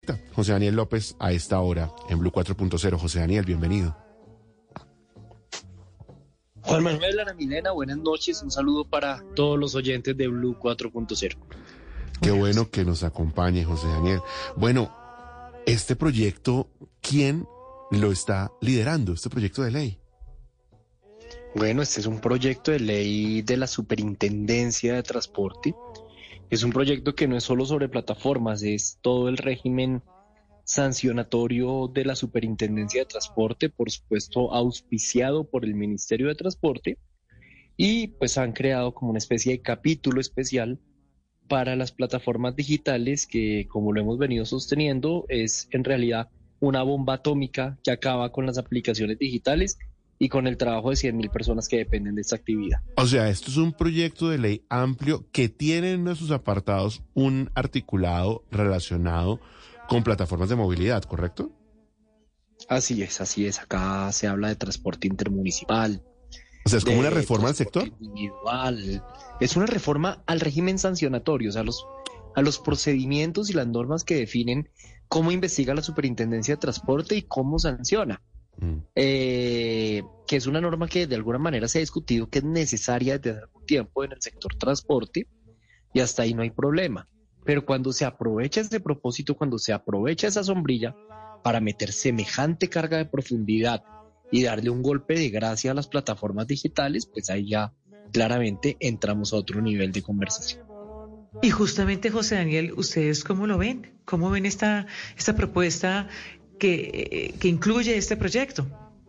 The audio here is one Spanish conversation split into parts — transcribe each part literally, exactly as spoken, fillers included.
José Daniel López a esta hora en Blue cuatro punto cero. José Daniel, bienvenido. Juan Manuel, Ana Milena, buenas noches. Un saludo para todos los oyentes de Blue cuatro punto cero. Qué bueno que nos acompañe, José Daniel. Bueno, este proyecto, ¿quién lo está liderando, este proyecto de ley? Bueno, este es un proyecto de ley de la Superintendencia de Transporte. Es un proyecto que no es solo sobre plataformas, es todo el régimen sancionatorio de la Superintendencia de Transporte, por supuesto auspiciado por el Ministerio de Transporte, y pues han creado como una especie de capítulo especial para las plataformas digitales que, como lo hemos venido sosteniendo, es en realidad una bomba atómica que acaba con las aplicaciones digitales y con el trabajo de cien mil personas que dependen de esta actividad. O sea, esto es un proyecto de ley amplio que tiene en sus apartados un articulado relacionado con plataformas de movilidad, ¿correcto? Así es, así es. Acá se habla de transporte intermunicipal. O sea, ¿es como una reforma al sector? Individual. Es una reforma al régimen sancionatorio, o sea, los, a los procedimientos y las normas que definen cómo investiga la Superintendencia de Transporte y cómo sanciona. Mm. Eh, que es una norma que de alguna manera se ha discutido que es necesaria desde hace algún tiempo en el sector transporte y hasta ahí no hay problema. Pero cuando se aprovecha ese propósito, cuando se aprovecha esa sombrilla para meter semejante carga de profundidad y darle un golpe de gracia a las plataformas digitales, pues ahí ya claramente entramos a otro nivel de conversación. Y justamente, José Daniel, ¿ustedes cómo lo ven? ¿Cómo ven esta, esta propuesta que, que incluye este proyecto?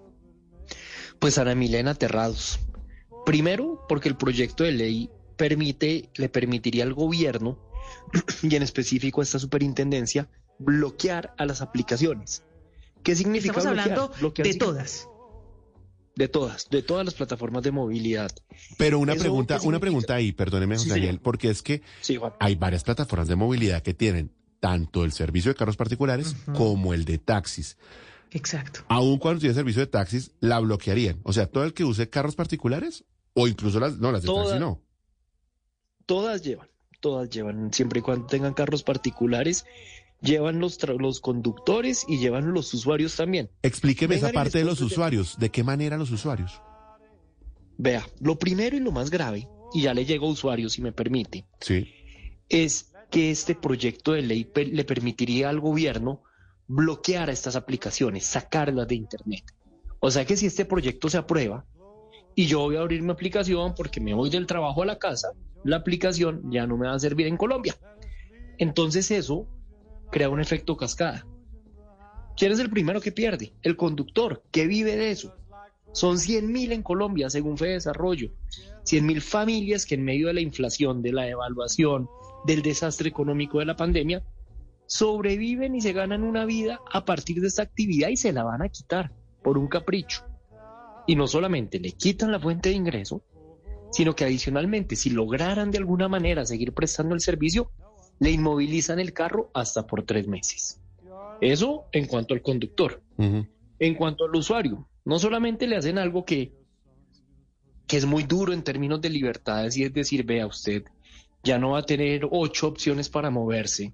Pues Ana Milena, aterrados. Primero, porque el proyecto de ley permite, le permitiría al gobierno, y en específico a esta superintendencia, bloquear a las aplicaciones. ¿Qué significa Estamos bloquear? hablando bloquear de significa... todas. De todas, de todas las plataformas de movilidad. Pero una pregunta, una pregunta ahí, perdóneme, José sí, Daniel, sí. porque es que sí, hay varias plataformas de movilidad que tienen tanto el servicio de carros particulares uh-huh. como el de taxis. Exacto. Aun cuando tiene servicio de taxis, la bloquearían. O sea, todo el que use carros particulares o incluso las, no, las de Toda, taxi no. Todas llevan, todas llevan, siempre y cuando tengan carros particulares. Llevan los, los conductores y llevan los usuarios también. Explíqueme Vengan esa parte de los usuarios. ¿De qué manera los usuarios? Vea, lo primero y lo más grave, y ya le llego a usuarios si me permite, sí. es que este proyecto de ley per- le permitiría al gobierno bloquear a estas aplicaciones, sacarlas de internet. O sea que si este proyecto se aprueba y yo voy a abrir mi aplicación porque me voy del trabajo a la casa, la aplicación ya no me va a servir en Colombia. Entonces eso crea un efecto cascada. ¿Quién es el primero que pierde? El conductor, que vive de eso. Son cien mil en Colombia, según FEDesarrollo. cien mil familias que en medio de la inflación, de la devaluación, del desastre económico de la pandemia, sobreviven y se ganan una vida a partir de esta actividad y se la van a quitar por un capricho. Y no solamente le quitan la fuente de ingreso, sino que adicionalmente, si lograran de alguna manera seguir prestando el servicio, le inmovilizan el carro hasta por tres meses. Eso en cuanto al conductor. Uh-huh. En cuanto al usuario, no solamente le hacen algo que, que es muy duro en términos de libertades, y es decir, vea usted, ya no va a tener ocho opciones para moverse,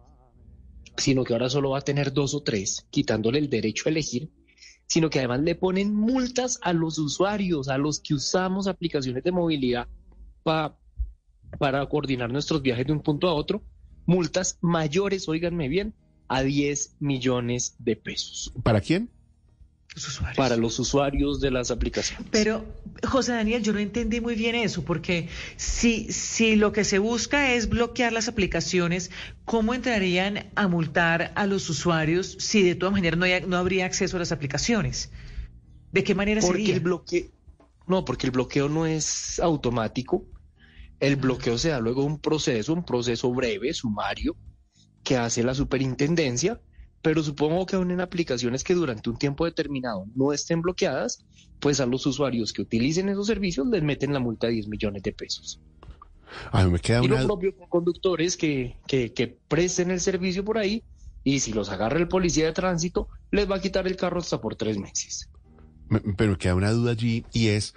sino que ahora solo va a tener dos o tres, quitándole el derecho a elegir, sino que además le ponen multas a los usuarios, a los que usamos aplicaciones de movilidad pa, para coordinar nuestros viajes de un punto a otro, multas mayores, óiganme bien, a diez millones de pesos. ¿Para quién? Los usuarios. Para los usuarios de las aplicaciones. Pero, José Daniel, yo no entendí muy bien eso, porque si, si lo que se busca es bloquear las aplicaciones, ¿cómo entrarían a multar a los usuarios si de todas maneras no, hay, no habría acceso a las aplicaciones? ¿De qué manera porque sería? El bloque... No, porque el bloqueo no es automático. El bloqueo se da luego de un proceso, un proceso breve, sumario, que hace la superintendencia, pero supongo que aún en aplicaciones que durante un tiempo determinado no estén bloqueadas, pues a los usuarios que utilicen esos servicios les meten la multa de diez millones de pesos. A mí me queda y una... lo propio con conductores que, que, que presten el servicio por ahí, y si los agarra el policía de tránsito, les va a quitar el carro hasta por tres meses. Me, pero me queda una duda allí, y es,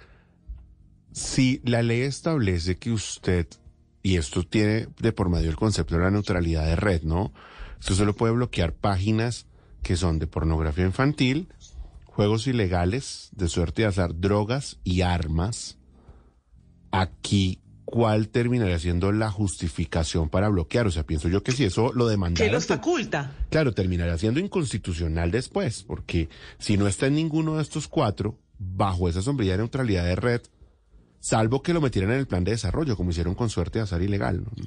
si la ley establece que usted, y esto tiene de por medio el concepto de la neutralidad de red, ¿no? Usted solo puede bloquear páginas que son de pornografía infantil, juegos ilegales, de suerte de azar, drogas y armas. Aquí, ¿cuál terminaría siendo la justificación para bloquear? O sea, pienso yo que si eso lo demandaran... ¿Qué los faculta? Claro, terminaría siendo inconstitucional después, porque si no está en ninguno de estos cuatro, bajo esa sombrilla de neutralidad de red, salvo que lo metieran en el plan de desarrollo, como hicieron con suerte de azar ilegal, ¿no?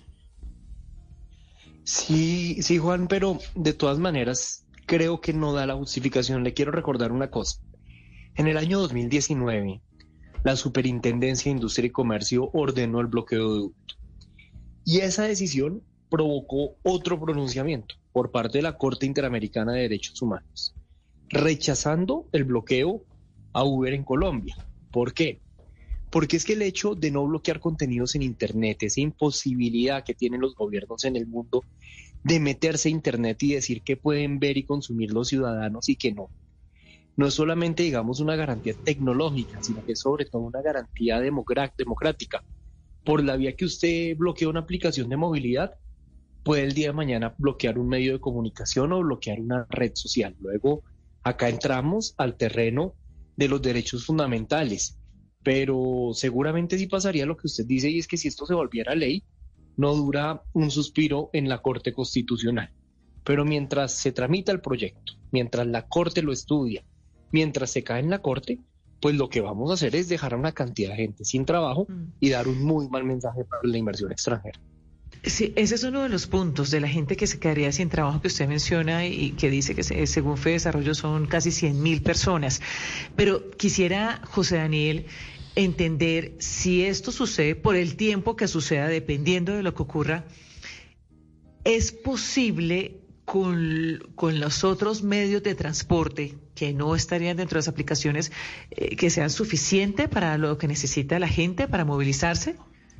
Sí, sí, Juan, pero de todas maneras creo que no da la justificación. Le quiero recordar una cosa. En el año dos mil diecinueve, la Superintendencia de Industria y Comercio ordenó el bloqueo de ducto. Y esa decisión provocó otro pronunciamiento por parte de la Corte Interamericana de Derechos Humanos, rechazando el bloqueo a Uber en Colombia. ¿Por qué? Porque es que el hecho de no bloquear contenidos en Internet, esa imposibilidad que tienen los gobiernos en el mundo de meterse a Internet y decir qué pueden ver y consumir los ciudadanos y qué no, no es solamente, digamos, una garantía tecnológica, sino que es sobre todo una garantía democrática. Por la vía que usted bloquea una aplicación de movilidad, puede el día de mañana bloquear un medio de comunicación o bloquear una red social. Luego, acá entramos al terreno de los derechos fundamentales. Pero seguramente sí pasaría lo que usted dice, y es que si esto se volviera ley, no dura un suspiro en la Corte Constitucional. Pero mientras se tramita el proyecto, mientras la Corte lo estudia, mientras se cae en la Corte, pues lo que vamos a hacer es dejar a una cantidad de gente sin trabajo y dar un muy mal mensaje para la inversión extranjera. Sí, ese es uno de los puntos de la gente que se quedaría sin trabajo que usted menciona y que dice que se, según FEDesarrollo son casi cien mil personas. Pero quisiera, José Daniel, entender si esto sucede por el tiempo que suceda, dependiendo de lo que ocurra, ¿es posible con, con los otros medios de transporte que no estarían dentro de las aplicaciones eh, que sean suficientes para lo que necesita la gente para movilizarse?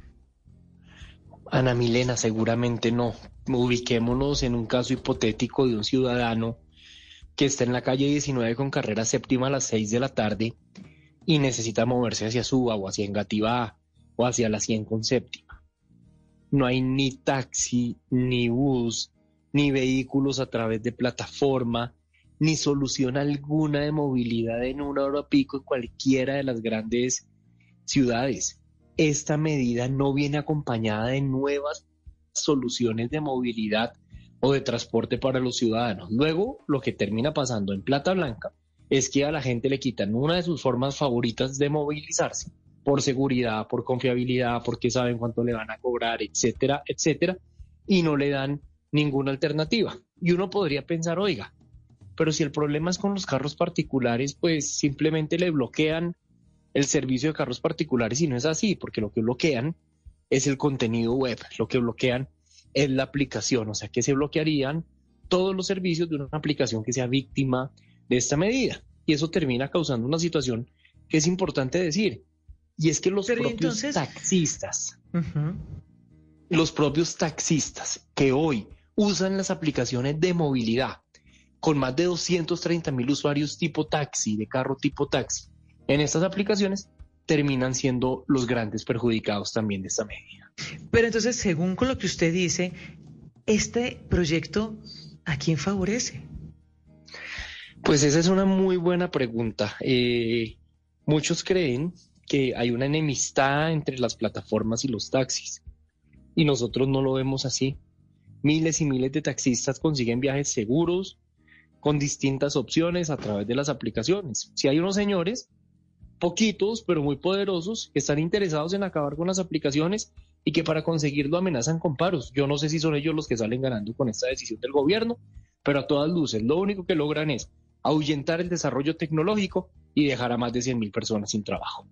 Ana Milena, seguramente no. Ubiquémonos en un caso hipotético de un ciudadano que está en la calle diecinueve con carrera séptima a las seis de la tarde y necesita moverse hacia Suba o hacia Engativá o hacia la cien con séptima. No hay ni taxi, ni bus, ni vehículos a través de plataforma, ni solución alguna de movilidad en una hora pico en cualquiera de las grandes ciudades. Esta medida no viene acompañada de nuevas soluciones de movilidad o de transporte para los ciudadanos. Luego, lo que termina pasando en Plata Blanca es que a la gente le quitan una de sus formas favoritas de movilizarse, por seguridad, por confiabilidad, porque saben cuánto le van a cobrar, etcétera, etcétera, y no le dan ninguna alternativa. Y uno podría pensar, oiga, pero si el problema es con los carros particulares, pues simplemente le bloquean el servicio de carros particulares, y no es así, porque lo que bloquean es el contenido web, lo que bloquean es la aplicación, o sea que se bloquearían todos los servicios de una aplicación que sea víctima de esta medida, y eso termina causando una situación que es importante decir, y es que los Pero propios entonces... taxistas, Uh-huh. los propios taxistas que hoy usan las aplicaciones de movilidad, con más de doscientos treinta mil usuarios tipo taxi, de carro tipo taxi, en estas aplicaciones terminan siendo los grandes perjudicados también de esta medida. Pero entonces, según con lo que usted dice, este proyecto, ¿a quién favorece? Pues esa es una muy buena pregunta. Eh, muchos creen que hay una enemistad entre las plataformas y los taxis, y nosotros no lo vemos así. Miles y miles de taxistas consiguen viajes seguros, con distintas opciones a través de las aplicaciones. Si hay unos señores, poquitos, pero muy poderosos, que están interesados en acabar con las aplicaciones y que para conseguirlo amenazan con paros. Yo no sé si son ellos los que salen ganando con esta decisión del gobierno, pero a todas luces lo único que logran es ahuyentar el desarrollo tecnológico y dejar a más de cien mil personas sin trabajo.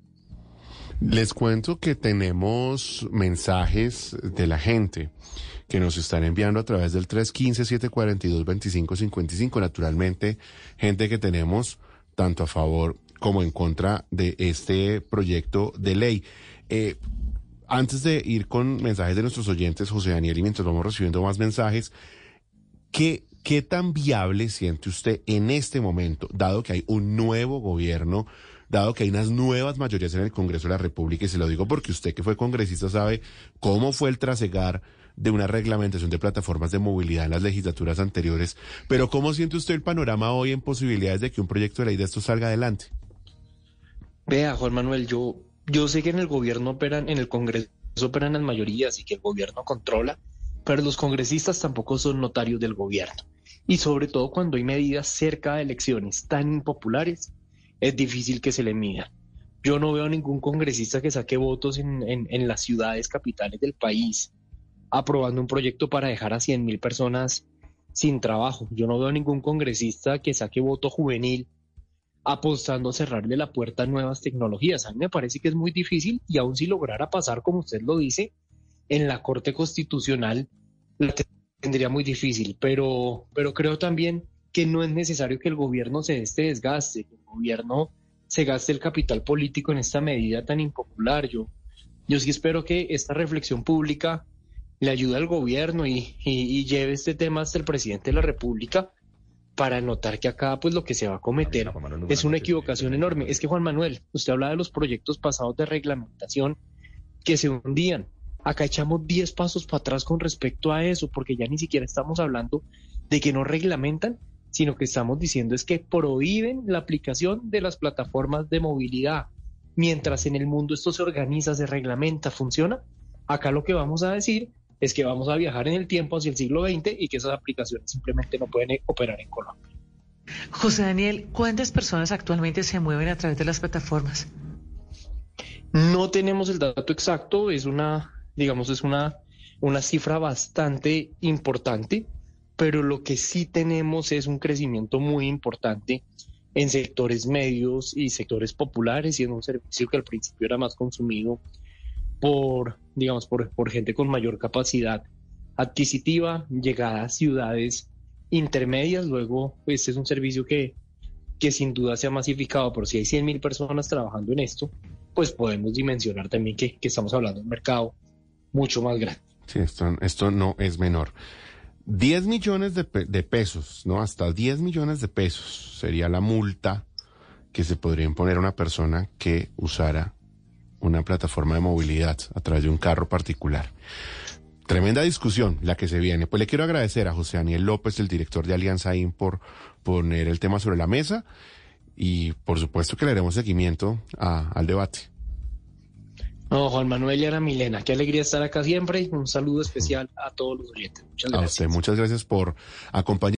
Les cuento que tenemos mensajes de la gente que nos están enviando a través del tres uno cinco, siete cuatro dos, dos cinco cinco cinco. Naturalmente, gente que tenemos tanto a favor como en contra de este proyecto de ley. Eh, antes de ir con mensajes de nuestros oyentes, José Daniel, y mientras vamos recibiendo más mensajes, ¿qué, qué tan viable siente usted en este momento, dado que hay un nuevo gobierno, dado que hay unas nuevas mayorías en el Congreso de la República? Y se lo digo porque usted, que fue congresista, sabe cómo fue el trasegar de una reglamentación de plataformas de movilidad en las legislaturas anteriores. Pero ¿cómo siente usted el panorama hoy en posibilidades de que un proyecto de ley de esto salga adelante? Vea, Juan Manuel, yo, yo sé que en el gobierno operan, en el Congreso operan las mayorías y que el gobierno controla, pero los congresistas tampoco son notarios del gobierno. Y sobre todo cuando hay medidas cerca de elecciones tan impopulares, es difícil que se le midan. Yo no veo ningún congresista que saque votos en, en, en las ciudades capitales del país aprobando un proyecto para dejar a cien mil personas sin trabajo. Yo no veo ningún congresista que saque voto juvenil apostando a cerrarle la puerta a nuevas tecnologías. A mí me parece que es muy difícil y aun si lograra pasar, como usted lo dice, en la Corte Constitucional, la tendría muy difícil. Pero, pero creo también que no es necesario que el gobierno se dé este desgaste, que el gobierno se gaste el capital político en esta medida tan impopular. Yo, yo sí espero que esta reflexión pública le ayude al gobierno y, y, y lleve este tema hasta el presidente de la República para notar que acá pues lo que se va a cometer es una equivocación enorme. Es que, Juan Manuel, usted habla de los proyectos pasados de reglamentación que se hundían. Acá echamos diez pasos para atrás con respecto a eso, porque ya ni siquiera estamos hablando de que no reglamentan, sino que estamos diciendo es que prohíben la aplicación de las plataformas de movilidad. Mientras en el mundo esto se organiza, se reglamenta, funciona, acá lo que vamos a decir es que vamos a viajar en el tiempo hacia el siglo veinte y que esas aplicaciones simplemente no pueden operar en Colombia. José Daniel, ¿cuántas personas actualmente se mueven a través de las plataformas? No tenemos el dato exacto, es una, digamos, es una, una cifra bastante importante, pero lo que sí tenemos es un crecimiento muy importante en sectores medios y sectores populares, y en un servicio que al principio era más consumido por, digamos, por, por gente con mayor capacidad adquisitiva, llegada a ciudades intermedias. Luego, este es un servicio que, que sin duda se ha masificado, pero si hay cien mil personas trabajando en esto, pues podemos dimensionar también que, que estamos hablando de un mercado mucho más grande. Sí, esto, esto no es menor. diez millones de, pe- de pesos, ¿no? Hasta diez millones de pesos sería la multa que se podría imponer a una persona que usara una plataforma de movilidad a través de un carro particular. Tremenda discusión la que se viene. Pues le quiero agradecer a José Daniel López, el director de Alianza I N, por poner el tema sobre la mesa y por supuesto que le haremos seguimiento a, al debate. No, Juan Manuel y Ana Milena, qué alegría estar acá siempre. Un saludo especial a todos los oyentes. Muchas gracias. A usted, muchas gracias por acompañarnos.